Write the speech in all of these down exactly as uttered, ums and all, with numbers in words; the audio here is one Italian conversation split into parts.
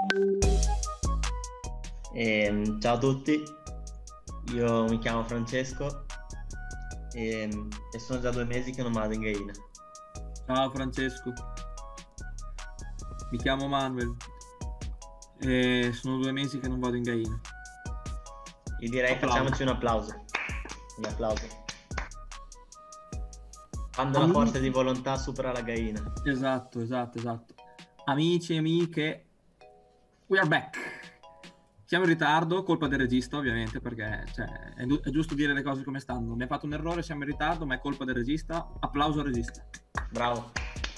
E, ciao a tutti, io mi chiamo Francesco e, e sono già due mesi che non vado in gallina. Ciao Francesco, mi chiamo Manuel e sono due mesi che non vado in gallina. Io direi Applauso. Facciamoci un applauso. Un applauso. Quando Amici... la forza di volontà supera la gallina. Esatto, esatto, esatto. Amici e amiche, we are back. Siamo in ritardo, colpa del regista ovviamente, perché cioè, è, du- è giusto dire le cose come stanno. Abbiamo fatto un errore, siamo in ritardo, ma è colpa del regista. Applauso al regista. Bravo.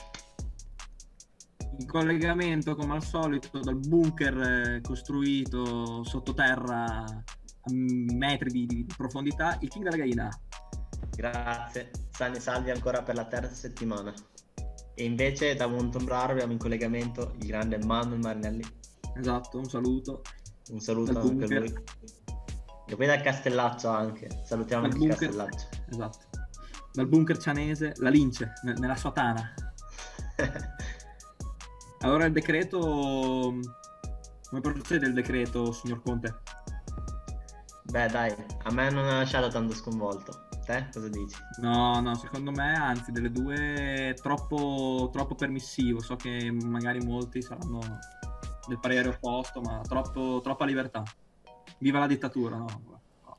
In collegamento, come al solito, dal bunker eh, costruito sottoterra a metri di, di profondità, il King della Gallina. Grazie, sani e salvi ancora per la terza settimana. E invece da Montembraro abbiamo in collegamento il grande Manuel Marinelli. Esatto, un saluto. Un saluto Dal anche bunker. a lui. E poi dal Castellaccio anche. Salutiamo Dal anche il bunker. Castellaccio. Esatto. Dal bunker cianese, la lince, ne- nella sua tana. Allora il decreto, come procede il decreto, signor Conte? Beh dai, a me non ha lasciato tanto sconvolto. Te cosa dici? No, no, secondo me anzi delle due troppo, troppo permissivo. So che magari molti saranno del parere opposto, ma troppo, troppa libertà. Viva la dittatura, no? no.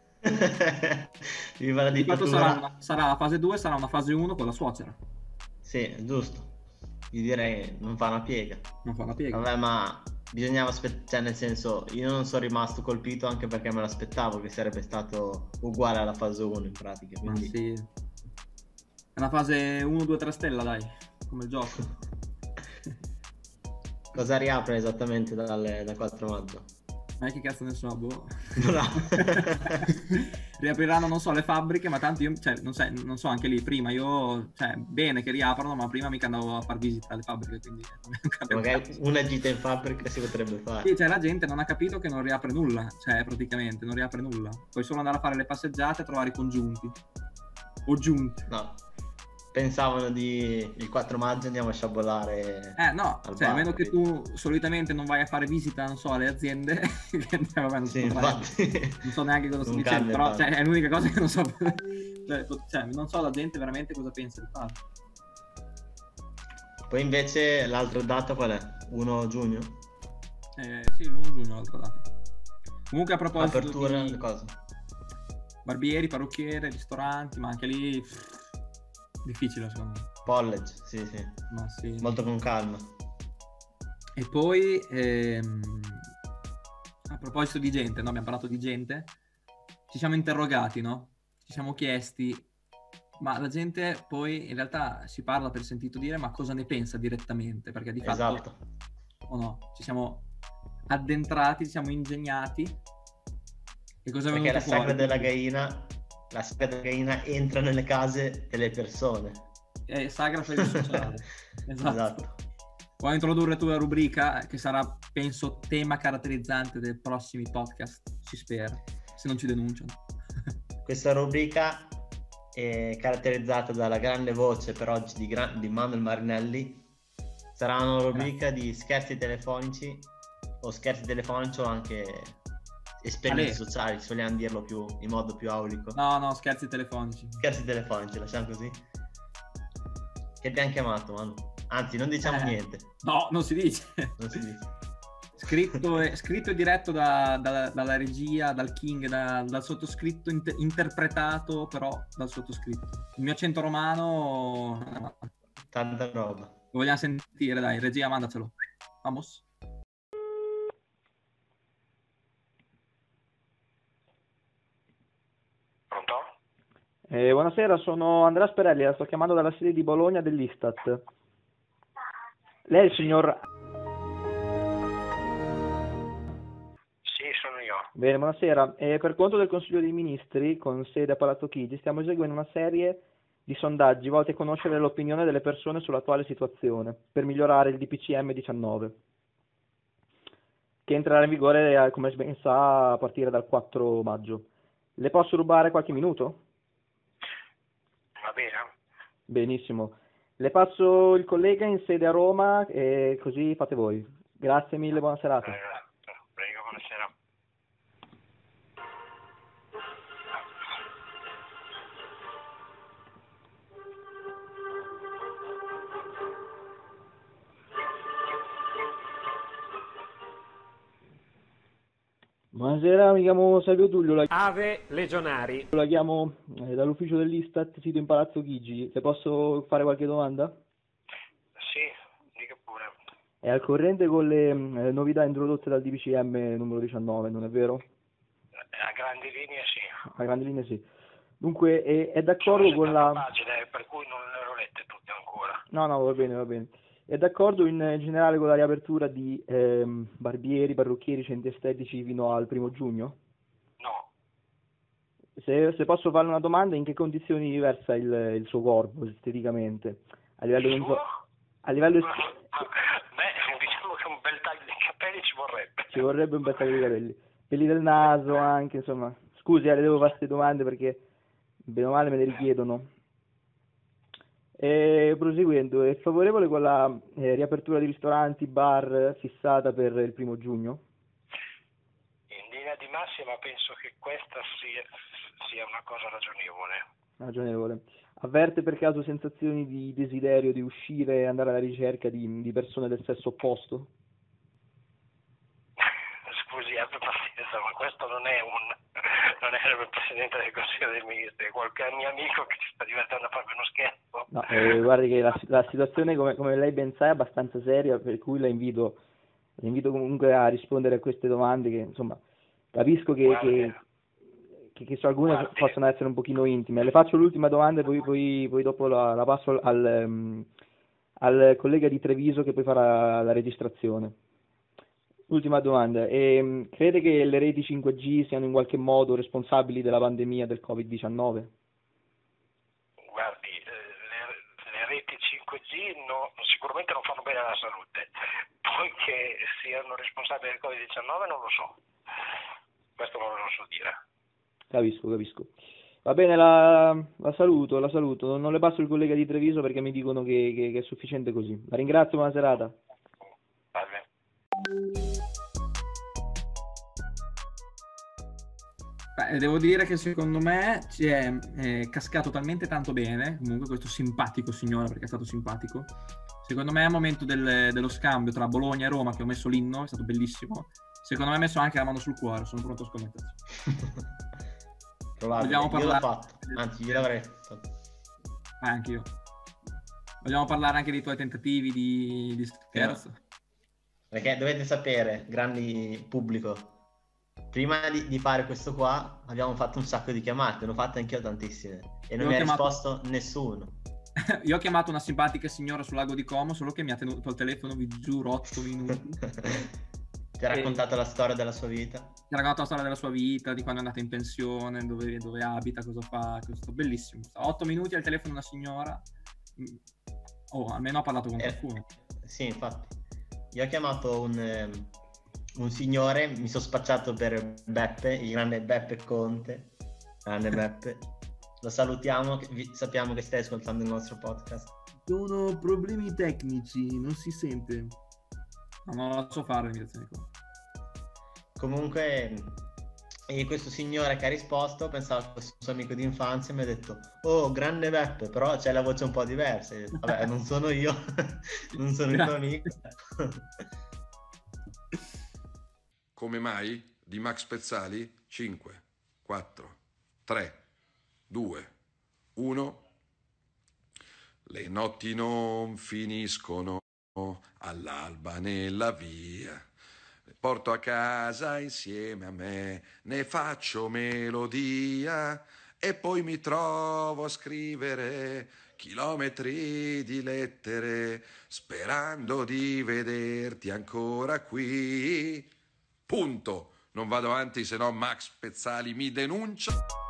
Viva la Di fatto dittatura. sarà, una, sarà la fase due, sarà una fase uno con la suocera. Sì, è giusto. Io direi non fa una piega. Non fa una piega. Vabbè, ma bisognava aspettare, cioè nel senso, io non sono rimasto colpito anche perché me l'aspettavo che sarebbe stato uguale alla fase uno in pratica. Ma Quindi... sì. È una fase uno, due, tre stella, dai, come il gioco. Cosa riapre esattamente dal, dal quattro maggio? Ma che cazzo ne so, boh. No. Riapriranno, non so, le fabbriche, ma tanto io, cioè, non, so, non so, anche lì, prima io, cioè, bene che riaprono, ma prima mica andavo a far visita alle fabbriche, quindi... Magari una gita in fabbrica si potrebbe fare. Sì, cioè la gente non ha capito che non riapre nulla, cioè, praticamente, non riapre nulla. Puoi solo andare a fare le passeggiate e trovare i congiunti. O giunti. No. Pensavano di il quattro maggio andiamo a sciabolare. Eh no, al cioè a bar, meno che capito? tu solitamente non vai a fare visita, non so, alle aziende, che vabbè, non, Sì, so, infatti. non so neanche cosa sto Non dicendo, cambia però tanto. cioè, è l'unica cosa che non so, cioè, cioè, non so la gente veramente cosa pensa di fare. Poi invece l'altra data qual è? primo giugno? Eh, sì, l'primo giugno l'altra data. Comunque a proposito Apertura, di le cose. barbieri, parrucchiere, ristoranti, ma anche lì pff, difficile secondo me. College, sì, sì. Ma sì. Molto con calma. E poi ehm, a proposito di gente, no? Abbiamo parlato di gente, ci siamo interrogati, no? Ci siamo chiesti, ma la gente poi in realtà si parla per sentito dire, ma cosa ne pensa direttamente? Perché di fatto, Esatto. o no, ci siamo addentrati, ci siamo ingegnati. E cosa è Perché venuto la fuori? sagra della gallina, la sagra della gallina entra nelle case delle persone. È sagra per il sociale. Esatto. Esatto. Vuoi introdurre tu la rubrica che sarà, penso, tema caratterizzante dei prossimi podcast, si spera, se non ci denunciano. Questa rubrica è caratterizzata dalla grande voce per oggi di, Gra- di Manuel Marinelli. Sarà una rubrica di scherzi telefonici o scherzi telefonici o anche esperienze Ale. sociali, se vogliamo dirlo più in modo più aulico. No, no, scherzi telefonici. Scherzi telefonici, lasciamo così. Che abbiamo chiamato, Manu? Anzi, non diciamo Eh, niente. No, non si dice. Non si dice. Scritto e, scritto e diretto da, da, dalla regia, dal King, da, dal sottoscritto, inter- interpretato però dal sottoscritto. Il mio accento romano lo Tanta roba. vogliamo sentire, dai, regia, mandacelo. Vamos. Pronto? Eh, buonasera, sono Andrea Sperelli, la sto chiamando dalla sede di Bologna dell'Istat. Lei è il signor... Sì, sono io. Bene, buonasera. Eh, per conto del Consiglio dei Ministri, con sede a Palazzo Chigi, stiamo eseguendo una serie di sondaggi volti a conoscere l'opinione delle persone sull'attuale situazione, per migliorare il D P C M diciannove, che entrerà in vigore, eh, come ben sa, a partire dal quattro maggio. Le posso rubare qualche minuto? Va bene? Benissimo. Le passo il collega in sede a Roma e così fate voi. Grazie mille, buona serata. Prego, prego, buonasera. Buonasera, mi chiamo Salvio Tullio, la, Ave Legionari. la chiamo eh, dall'ufficio dell'Istat, sito in Palazzo Chigi. Le posso fare qualche domanda? Sì, dica pure. È al corrente con le eh, novità introdotte dal D P C M numero diciannove, non è vero? A grandi linee sì. A grandi linee sì. Dunque, è, è d'accordo Sono con settanta la... pagine, per cui non le ho lette tutte ancora. No, no, va bene, va bene. È d'accordo in generale con la riapertura di ehm, barbieri, parrucchieri, centri estetici fino al primo giugno? No. Se, se posso fare una domanda, in che condizioni versa il, il suo corpo esteticamente? A livello, Il non suo? so, a livello est- Beh, diciamo che un bel taglio di capelli ci vorrebbe. ci vorrebbe un bel taglio di capelli. Peli del naso anche, insomma. Scusi, eh, le devo fare queste domande perché bene o male me le richiedono. E proseguendo, è favorevole con la eh, riapertura di ristoranti, bar fissata per il primo giugno? In linea di massima penso che questa sia, sia una cosa ragionevole. Ragionevole. Avverte per caso sensazioni di desiderio di uscire e andare alla ricerca di, di persone del sesso opposto? Scusi, abbia pazienza, ma questo non è un non è il Presidente del Consiglio dei Ministri, è qualche mio amico che ci sta diventando proprio uno scherzo. No, eh, guardi che la, la situazione, come, come lei ben sa, è abbastanza seria, per cui la invito, la invito comunque a rispondere a queste domande che, insomma, capisco che, Guardi, che, che, che su alcune guardi. possono essere un pochino intime. Le faccio l'ultima domanda e poi, poi, poi dopo la, la passo al, um, al collega di Treviso che poi farà la registrazione. Ultima domanda, ehm, crede che le reti cinque G siano in qualche modo responsabili della pandemia del covid diciannove? Guardi, eh, le, le reti cinque G no, sicuramente non fanno bene alla salute, poi che siano responsabili del covid diciannove non lo so, questo non lo so dire. Capisco, capisco. Va bene, la, la saluto, la saluto, non le passo il collega di Treviso perché mi dicono che, che, che è sufficiente così. La ringrazio, buona serata. Salve. Beh, devo dire che secondo me ci è eh, cascato talmente tanto bene, comunque questo simpatico signore, perché è stato simpatico. Secondo me al momento del, dello scambio tra Bologna e Roma, che ho messo l'inno, è stato bellissimo. Secondo me ha messo anche la mano sul cuore, sono pronto a scommetterci. Probabile, Vogliamo io l'ho parlare- fatto, anzi io l'avrei fatto. Ah, anche io. Vogliamo parlare anche dei tuoi tentativi di, di scherzo? Perché dovete sapere, grandi pubblico, prima di, di fare questo qua abbiamo fatto un sacco di chiamate, ne ho fatte anch'io tantissime e non Io ho mi ha chiamato- risposto nessuno. Io ho chiamato una simpatica signora sul lago di Como, solo che mi ha tenuto al telefono, vi giuro, otto minuti. Ti ha raccontato la storia della sua vita. Mi ha raccontato la storia della sua vita, di quando è andata in pensione, dove, dove abita, cosa fa, questo bellissimo. Otto minuti al telefono una signora. Mm. Oh, almeno ha parlato con Eh, qualcuno. Sì, infatti. Io ho chiamato un, ehm, un signore, mi sono spacciato per Beppe, il grande Beppe Conte. Grande Beppe. Lo salutiamo, che- vi- sappiamo che stai ascoltando il nostro podcast. Sono problemi tecnici, non si sente. No, non lo so fare l'imitazione qua. Comunque, e questo signore che ha risposto pensava fosse un suo amico di infanzia e mi ha detto: oh, grande Beppe, però c'è la voce un po' diversa. E io ho detto, vabbè, non sono io, non sono il tuo amico. Come mai? Di Max Pezzali? cinque, quattro, tre, due, uno. Le notti non finiscono all'alba nella via. Le porto a casa insieme a me, ne faccio melodia e poi mi trovo a scrivere chilometri di lettere sperando di vederti ancora qui. Punto. Non vado avanti, se no Max Pezzali mi denuncia.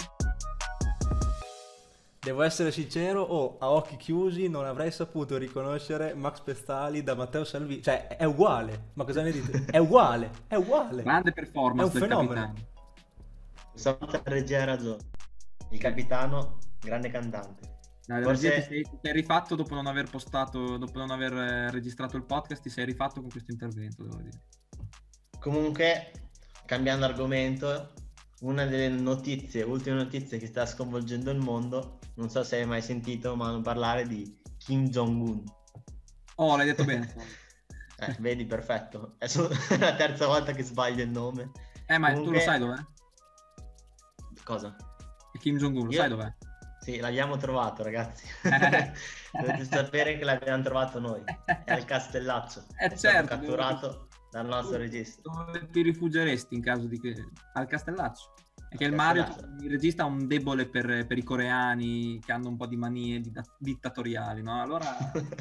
Devo essere sincero, oh, a occhi chiusi non avrei saputo riconoscere Max Pezzali da Matteo Salvini. Cioè, è uguale. Ma cosa ne dite? È uguale, è uguale. Grande È performance un del fenomeno. capitano. Stavolta la regia ha ragione. Il capitano, grande cantante. Dai, Forse- Forse... ti, sei, ti sei rifatto dopo non aver postato, dopo non aver eh, registrato il podcast, ti sei rifatto con questo intervento, devo dire. Comunque, cambiando argomento, una delle notizie, ultime notizie che sta sconvolgendo il mondo, non so se hai mai sentito, ma non parlare di Kim Jong-un. Oh, l'hai detto bene. Eh, vedi, perfetto. È solo la terza volta che sbaglio il nome. Eh, ma tu Comunque- lo sai dov'è? Cosa? Il Kim Jong-un, lo Io- sai dov'è? Sì, l'abbiamo trovato, ragazzi. Dovete sapere che l'abbiamo trovato noi. È al Castellaccio. Eh, È stato certo, catturato dal nostro Tu- regista. Dove ti rifugieresti in caso di che... Al Castellaccio. È che Al il Mario, Castellaccio. il regista, ha un debole per, per i coreani che hanno un po' di manie di- dittatoriali, no? Allora,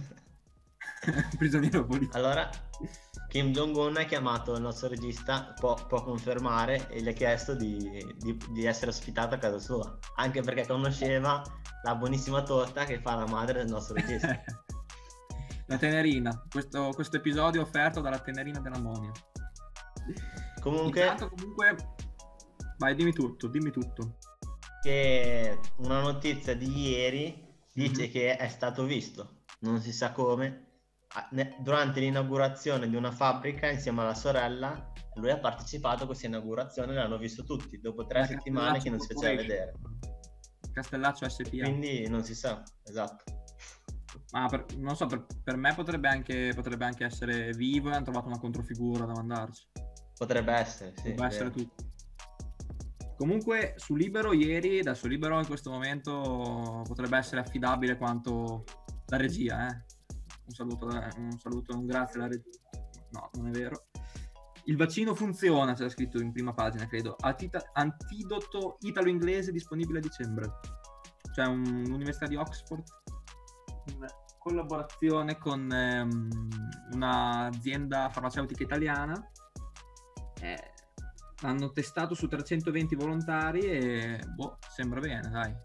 prigioniero politico. Allora, Kim Jong-un ha chiamato il nostro regista, può, può confermare, e gli ha chiesto di, di- di essere ospitato a casa sua, anche perché conosceva la buonissima torta che fa la madre del nostro regista. La Tenerina. Questo, questo episodio è offerto dalla Tenerina dell'Ammonia. Comunque, Intanto, comunque... Vai, dimmi tutto, dimmi tutto. che una notizia di ieri dice Mhm. che è stato visto, non si sa come, a- ne- durante l'inaugurazione di una fabbrica insieme alla sorella. Lui ha partecipato a questa inaugurazione, l'hanno visto tutti dopo tre La settimane che non si faceva Castellaccio vedere, Castellaccio S P A. quindi non si sa, esatto. Ma per- non so, per, per me potrebbe anche, potrebbe anche essere vivo e hanno trovato una controfigura da mandarci. Potrebbe essere, sì, Potrebbe essere vero. tutto. Comunque su Libero ieri, adesso Libero in questo momento potrebbe essere affidabile quanto la regia, eh. Un saluto, un saluto, un grazie alla regia. No, non è vero. Il vaccino funziona, c'è scritto in prima pagina, credo. Antita- antidoto italo-inglese disponibile a dicembre. C'è un- un'università di Oxford in collaborazione con ehm, un'azienda farmaceutica italiana. Eh, hanno testato su trecentoventi volontari e boh, sembra bene, dai.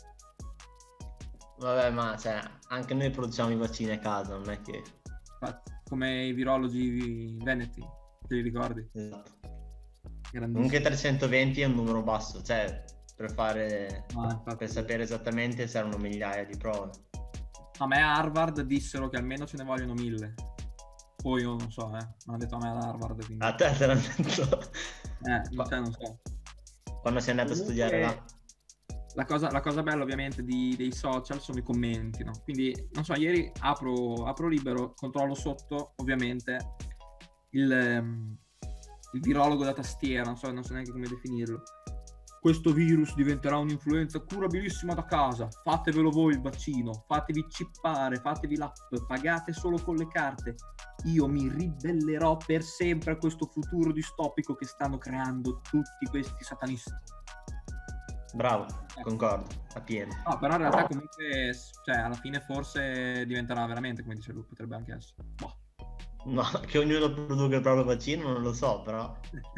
Vabbè, ma cioè, anche noi produciamo i vaccini a casa, non è che... Infatti, come i virologi veneti, te li ricordi? Esatto. Grandissimi. Comunque trecentoventi è un numero basso, cioè per fare... Ah, infatti. per sapere esattamente servono migliaia di prove. A me a Harvard dissero che almeno ce ne vogliono mille. Poi io non so, eh. Me l'hanno detto a me ad Harvard, quindi... A te te l'hanno detto Eh, cioè, non so. quando sei andato a Comunque, studiare là. La cosa, la cosa bella ovviamente di- dei social sono i commenti, no? Quindi, non so, ieri apro, apro Libero, controllo sotto, ovviamente, il, ehm, il virologo da tastiera, non so, non so neanche come definirlo. Questo virus diventerà un'influenza curabilissima da casa, fatevelo voi il vaccino, fatevi chippare, fatevi l'app, pagate solo con le carte. Io mi ribellerò per sempre a questo futuro distopico che stanno creando tutti questi satanisti. Bravo, concordo, a pieno. No, però in realtà comunque, cioè, alla fine forse diventerà veramente, come dice lui, potrebbe anche essere. Boh. No, che ognuno produca il proprio vaccino non lo so, però...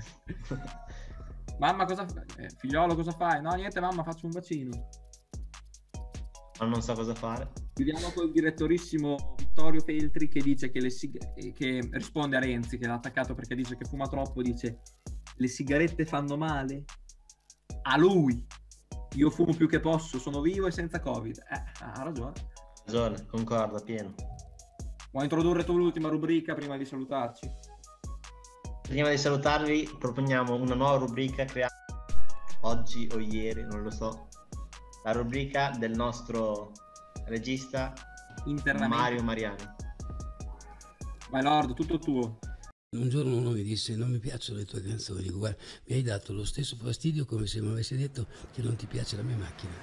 Mamma, cosa fai? Eh, figliolo, cosa fai? No, niente, mamma, faccio un vaccino. Ma non so cosa fare. Chiudiamo col direttorissimo Vittorio Feltri che dice che le sig- eh, che risponde a Renzi che l'ha attaccato perché dice che fuma troppo, dice le sigarette fanno male? A lui! Io fumo più che posso, sono vivo e senza Covid. Eh, ha ragione. Ha ragione, concordo, a pieno. Vuoi introdurre tu l'ultima rubrica prima di salutarci? Prima di salutarvi proponiamo una nuova rubrica creata oggi o ieri, non lo so. La rubrica del nostro regista Internamente. Mario Mariani. Vai Lord, tutto tuo. Un giorno uno mi disse non mi piacciono le tue canzoni, dico guarda mi hai dato lo stesso fastidio come se mi avessi detto che non ti piace la mia macchina.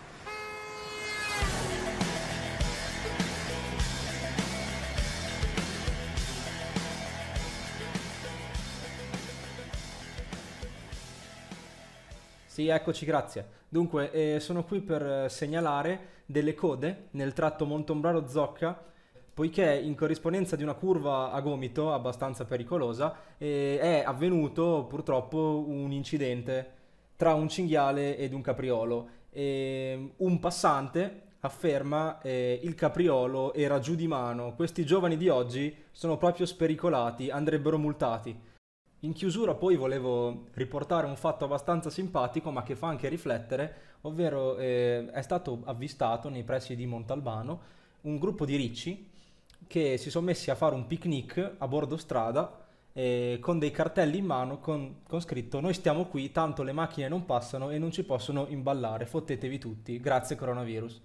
Sì, eccoci, grazie. Dunque, eh, sono qui per eh, segnalare delle code nel tratto Montombraro-Zocca, poiché in corrispondenza di una curva a gomito abbastanza pericolosa eh, è avvenuto purtroppo un incidente tra un cinghiale ed un capriolo. E un passante afferma eh, il capriolo era giù di mano, questi giovani di oggi sono proprio spericolati, andrebbero multati. In chiusura poi volevo riportare un fatto abbastanza simpatico ma che fa anche riflettere, ovvero eh, è stato avvistato nei pressi di Montalbano un gruppo di ricci che si sono messi a fare un picnic a bordo strada eh, con dei cartelli in mano con, con scritto "Noi stiamo qui, tanto le macchine non passano e non ci possono imballare, fottetevi tutti, grazie coronavirus".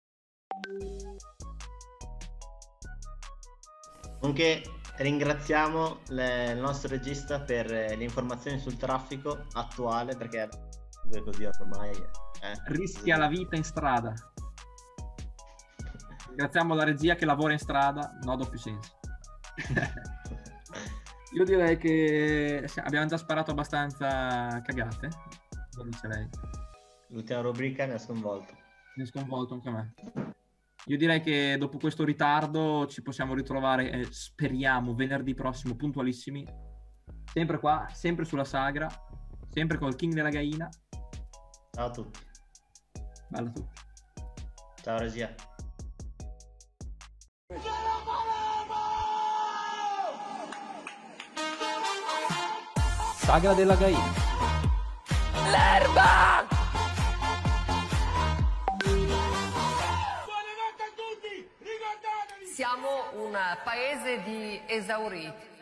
Comunque ringraziamo le- il nostro regista per eh, le informazioni sul traffico attuale, perché è così ormai eh, Rischia la vita in strada. Ringraziamo la regia che lavora in strada, no doppio senso. Io direi che sì, abbiamo già sparato abbastanza cagate. Come dice lei? L'ultima rubrica mi ha sconvolto. Mi è sconvolto anche a me. Io direi che dopo questo ritardo ci possiamo ritrovare, eh, speriamo, venerdì prossimo, puntualissimi. Sempre qua, sempre sulla sagra, sempre col King della Gaina. Ciao a tutti. Bella a tutti. Ciao regia. Sagra della Gaina. L'erba! Siamo un paese di esauriti.